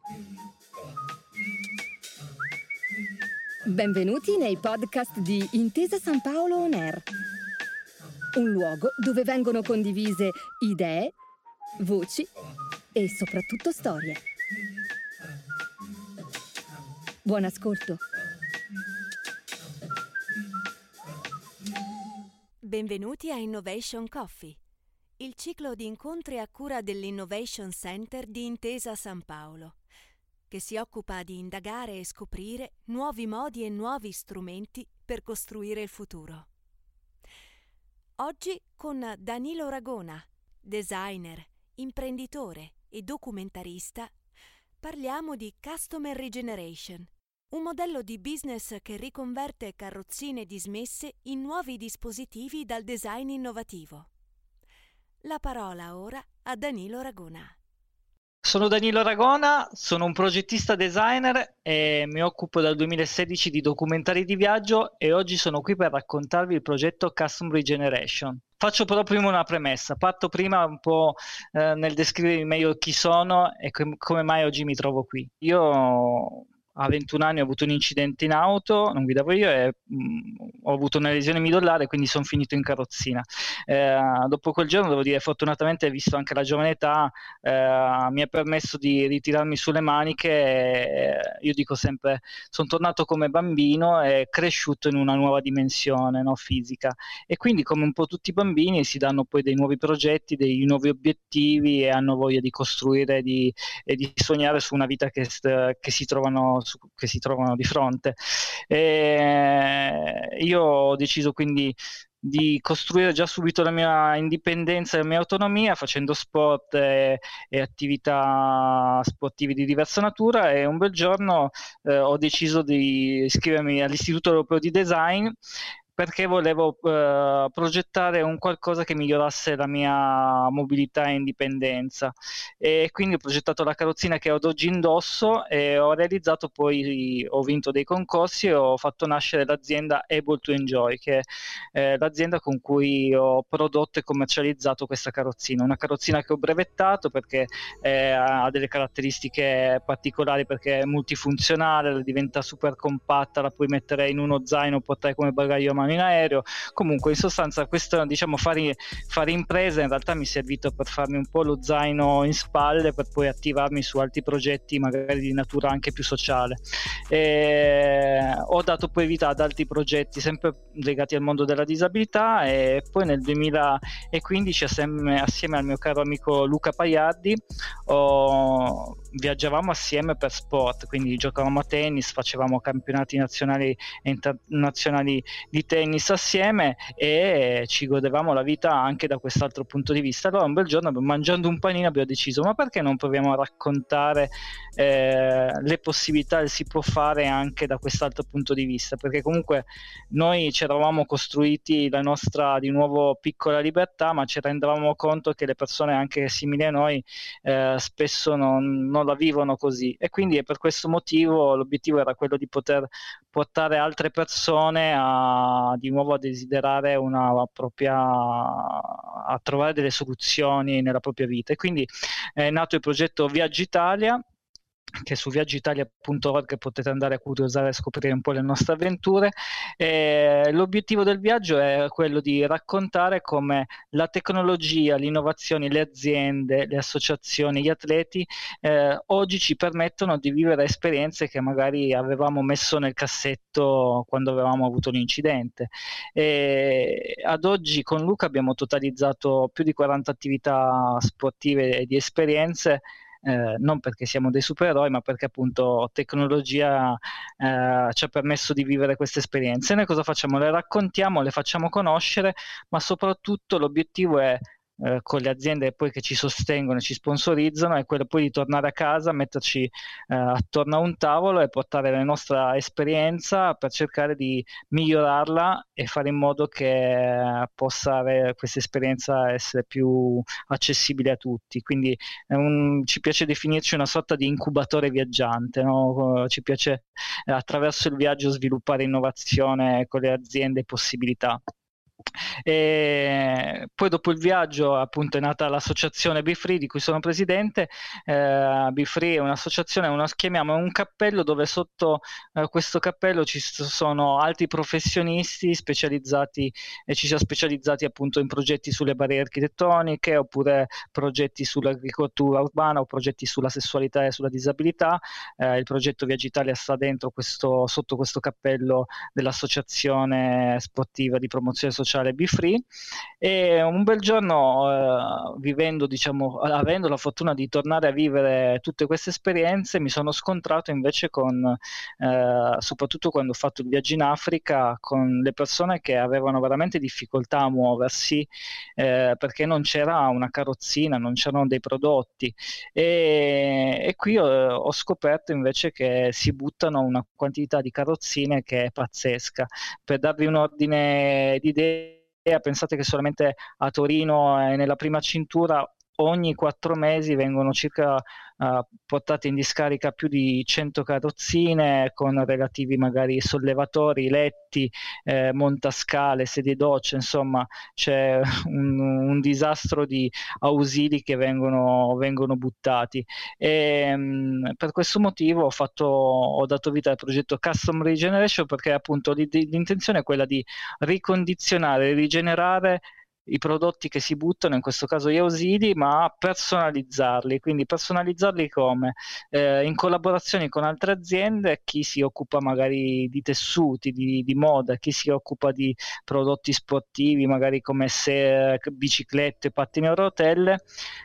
Benvenuti nei podcast di Intesa San Paolo On Air, un luogo dove vengono condivise idee, voci e soprattutto storie. Buon ascolto. Benvenuti a Innovation Coffee, il ciclo di incontri a cura dell'Innovation Center di Intesa San Paolo, che si occupa di indagare e scoprire nuovi modi e nuovi strumenti per costruire il futuro. Oggi con Danilo Ragona, designer, imprenditore e documentarista, parliamo di Customer Regeneration, un modello di business che riconverte carrozzine dismesse in nuovi dispositivi dal design innovativo. La parola ora a Danilo Ragona. Sono Danilo Ragona, sono un progettista designer e mi occupo dal 2016 di documentari di viaggio e oggi sono qui per raccontarvi il progetto Customer Regeneration. Faccio però prima una premessa, parto prima un po' nel descrivere meglio chi sono e come mai oggi mi trovo qui. Io a 21 anni ho avuto un incidente in auto, non guidavo io e ho avuto una lesione midollare, quindi sono finito in carrozzina. Dopo quel giorno, devo dire, fortunatamente, visto anche la giovane età, mi ha permesso di ritirarmi sulle maniche. Io dico sempre, sono tornato come bambino e cresciuto in una nuova dimensione, no, fisica. E quindi, come un po' tutti i bambini, si danno poi dei nuovi progetti, dei nuovi obiettivi e hanno voglia di costruire e di sognare su una vita che si trovano di fronte. Io ho deciso quindi di costruire già subito la mia indipendenza e la mia autonomia facendo sport e attività sportive di diversa natura, e un bel giorno ho deciso di iscrivermi all'Istituto Europeo di Design perché volevo progettare un qualcosa che migliorasse la mia mobilità e indipendenza, e quindi ho progettato la carrozzina che ho ad oggi indosso e ho vinto dei concorsi e ho fatto nascere l'azienda Able to Enjoy, che è l'azienda con cui ho prodotto e commercializzato questa carrozzina, una carrozzina che ho brevettato perché ha delle caratteristiche particolari, perché è multifunzionale, diventa super compatta, la puoi mettere in uno zaino, portare come bagaglio a mano in aereo. Comunque, in sostanza, questo, diciamo, fare impresa in realtà mi è servito per farmi un po' lo zaino in spalle per poi attivarmi su altri progetti magari di natura anche più sociale. Ho dato poi vita ad altri progetti sempre legati al mondo della disabilità, e poi nel 2015 assieme al mio caro amico Luca Paiardi viaggiavamo assieme per sport, quindi giocavamo a tennis, facevamo campionati nazionali e internazionali di tennis assieme e ci godevamo la vita anche da quest'altro punto di vista. Allora un bel giorno, mangiando un panino, abbiamo deciso: ma perché non proviamo a raccontare le possibilità che si può fare anche da quest'altro punto di vista, perché comunque noi ci eravamo costruiti la nostra di nuovo piccola libertà, ma ci rendevamo conto che le persone anche simili a noi spesso non la vivono così, e quindi per questo motivo l'obiettivo era quello di poter portare altre persone di nuovo a desiderare a trovare delle soluzioni nella propria vita. E quindi è nato il progetto Viaggi Italia, che su viaggiitalia.org potete andare a curiosare e scoprire un po' le nostre avventure. L'obiettivo del viaggio è quello di raccontare come la tecnologia, l'innovazione, le aziende, le associazioni, gli atleti oggi ci permettono di vivere esperienze che magari avevamo messo nel cassetto quando avevamo avuto l'incidente. Ad oggi con Luca abbiamo totalizzato più di 40 attività sportive e di esperienze, non perché siamo dei supereroi, ma perché appunto tecnologia ci ha permesso di vivere queste esperienze. Noi cosa facciamo? Le raccontiamo, le facciamo conoscere, ma soprattutto l'obiettivo è con le aziende poi che ci sostengono e ci sponsorizzano, è quello poi di tornare a casa, metterci attorno a un tavolo e portare la nostra esperienza per cercare di migliorarla e fare in modo che possa questa esperienza essere più accessibile a tutti. Quindi ci piace definirci una sorta di incubatore viaggiante, no? Ci piace attraverso il viaggio sviluppare innovazione con le aziende e possibilità. E poi dopo il viaggio appunto è nata l'associazione Be Free di cui sono presidente. Be Free è un'associazione, chiamiamo un cappello dove sotto questo cappello ci sono altri professionisti specializzati e ci siamo specializzati appunto in progetti sulle barriere architettoniche oppure progetti sull'agricoltura urbana o progetti sulla sessualità e sulla disabilità. Il progetto Viaggi Italia sta dentro sotto questo cappello dell'associazione sportiva di promozione sociale Be Free. E un bel giorno, vivendo, diciamo, avendo la fortuna di tornare a vivere tutte queste esperienze, mi sono scontrato invece con, soprattutto quando ho fatto il viaggio in Africa, con le persone che avevano veramente difficoltà a muoversi, perché non c'era una carrozzina, non c'erano dei prodotti. E qui ho scoperto invece che si buttano una quantità di carrozzine che è pazzesca. Per darvi un ordine di idea, pensate che solamente a Torino e nella prima cintura ogni 4 mesi vengono circa portate in discarica più di 100 carrozzine con relativi magari sollevatori, letti, montascale, sedie docce, insomma c'è un disastro di ausili che vengono buttati. Per questo motivo ho dato vita al progetto Custom Regeneration, perché appunto l'intenzione è quella di ricondizionare, rigenerare i prodotti che si buttano, in questo caso gli ausili, ma personalizzarli. Quindi personalizzarli come? In collaborazione con altre aziende, chi si occupa magari di tessuti, di moda, chi si occupa di prodotti sportivi, magari come biciclette, pattini a rotelle,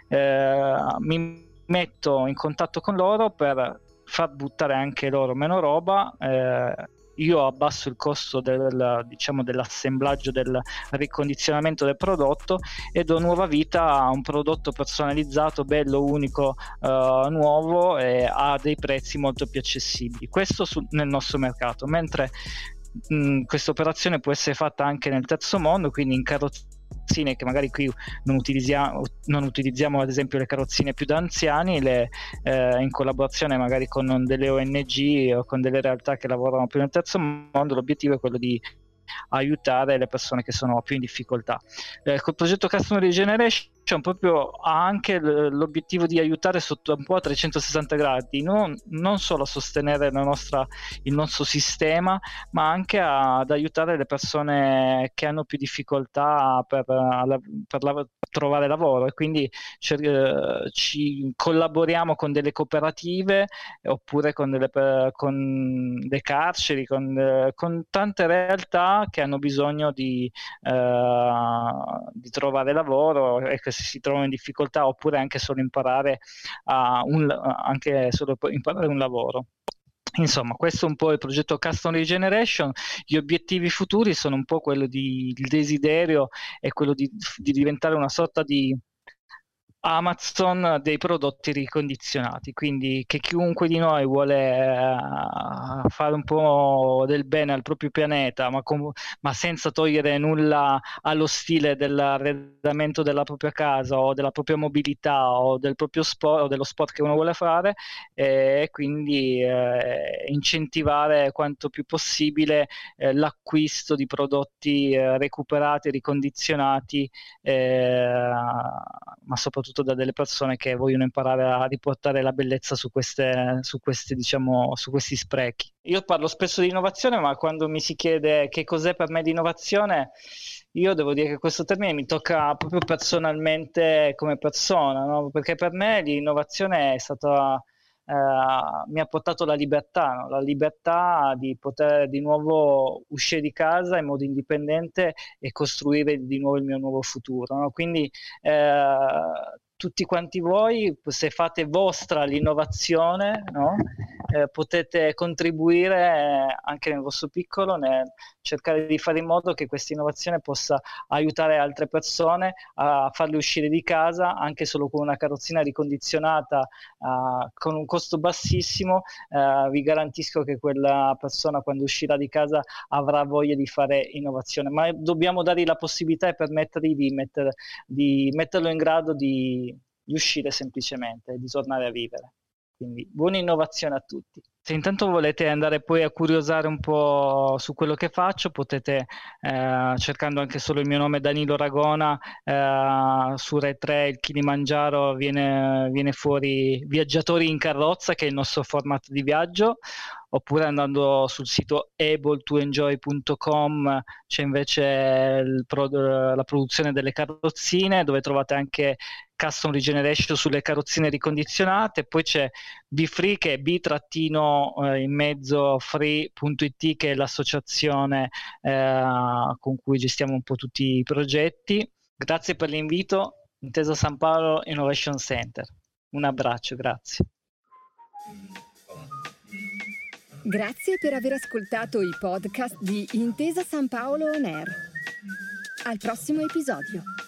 mi metto in contatto con loro per far buttare anche loro meno roba. Io abbasso il costo dell'assemblaggio, del ricondizionamento del prodotto e do nuova vita a un prodotto personalizzato, bello, unico, nuovo, e a dei prezzi molto più accessibili. Questo nel nostro mercato, mentre questa operazione può essere fatta anche nel terzo mondo, quindi in carrozzine che magari qui non utilizziamo ad esempio le carrozzine più da anziani, in collaborazione magari con delle ONG o con delle realtà che lavorano più nel terzo mondo. L'obiettivo è quello di aiutare le persone che sono più in difficoltà. Col progetto Customer Regeneration proprio ha anche l'obiettivo di aiutare sotto un po' a 360 gradi, non solo a sostenere il nostro sistema, ma anche ad aiutare le persone che hanno più difficoltà per trovare lavoro, e quindi ci collaboriamo con delle cooperative oppure con le carceri, con tante realtà che hanno bisogno di trovare lavoro e che si trovano in difficoltà, oppure anche solo imparare un lavoro. Insomma, questo è un po' il progetto Custom Regeneration. Gli obiettivi futuri sono un po' il desiderio è quello di diventare una sorta di Amazon dei prodotti ricondizionati, quindi che chiunque di noi vuole fare un po' del bene al proprio pianeta, ma senza togliere nulla allo stile dell'arredamento della propria casa o della propria mobilità o del proprio sport o dello sport che uno vuole fare, e quindi incentivare quanto più possibile l'acquisto di prodotti recuperati, ricondizionati, ma soprattutto da delle persone che vogliono imparare a riportare la bellezza su questi sprechi. Io parlo spesso di innovazione, ma quando mi si chiede che cos'è per me l'innovazione, io devo dire che questo termine mi tocca proprio personalmente come persona, no? Perché per me l'innovazione è stata mi ha portato la libertà, no? La libertà di poter di nuovo uscire di casa in modo indipendente e costruire di nuovo il mio nuovo futuro, no? Quindi tutti quanti voi, se fate vostra l'innovazione, no? Potete contribuire anche nel vostro piccolo nel cercare di fare in modo che questa innovazione possa aiutare altre persone a farle uscire di casa anche solo con una carrozzina ricondizionata con un costo bassissimo. Vi garantisco che quella persona, quando uscirà di casa, avrà voglia di fare innovazione, ma dobbiamo dargli la possibilità e permettergli di metterlo in grado di uscire semplicemente, di tornare a vivere. Quindi buona innovazione a tutti. Se intanto volete andare poi a curiosare un po' su quello che faccio, potete, cercando anche solo il mio nome Danilo Ragona, su Rai 3 il Kilimangiaro viene fuori Viaggiatori in carrozza, che è il nostro format di viaggio, oppure andando sul sito able2enjoy.com c'è invece la produzione delle carrozzine, dove trovate anche Custom Regeneration sulle carrozzine ricondizionate. Poi c'è BeFree, che è in mezzo free.it, che è l'associazione con cui gestiamo un po' tutti i progetti. Grazie per l'invito, Intesa San Paolo Innovation Center. Un abbraccio, grazie. Grazie per aver ascoltato i podcast di Intesa San Paolo On Air. Al prossimo episodio.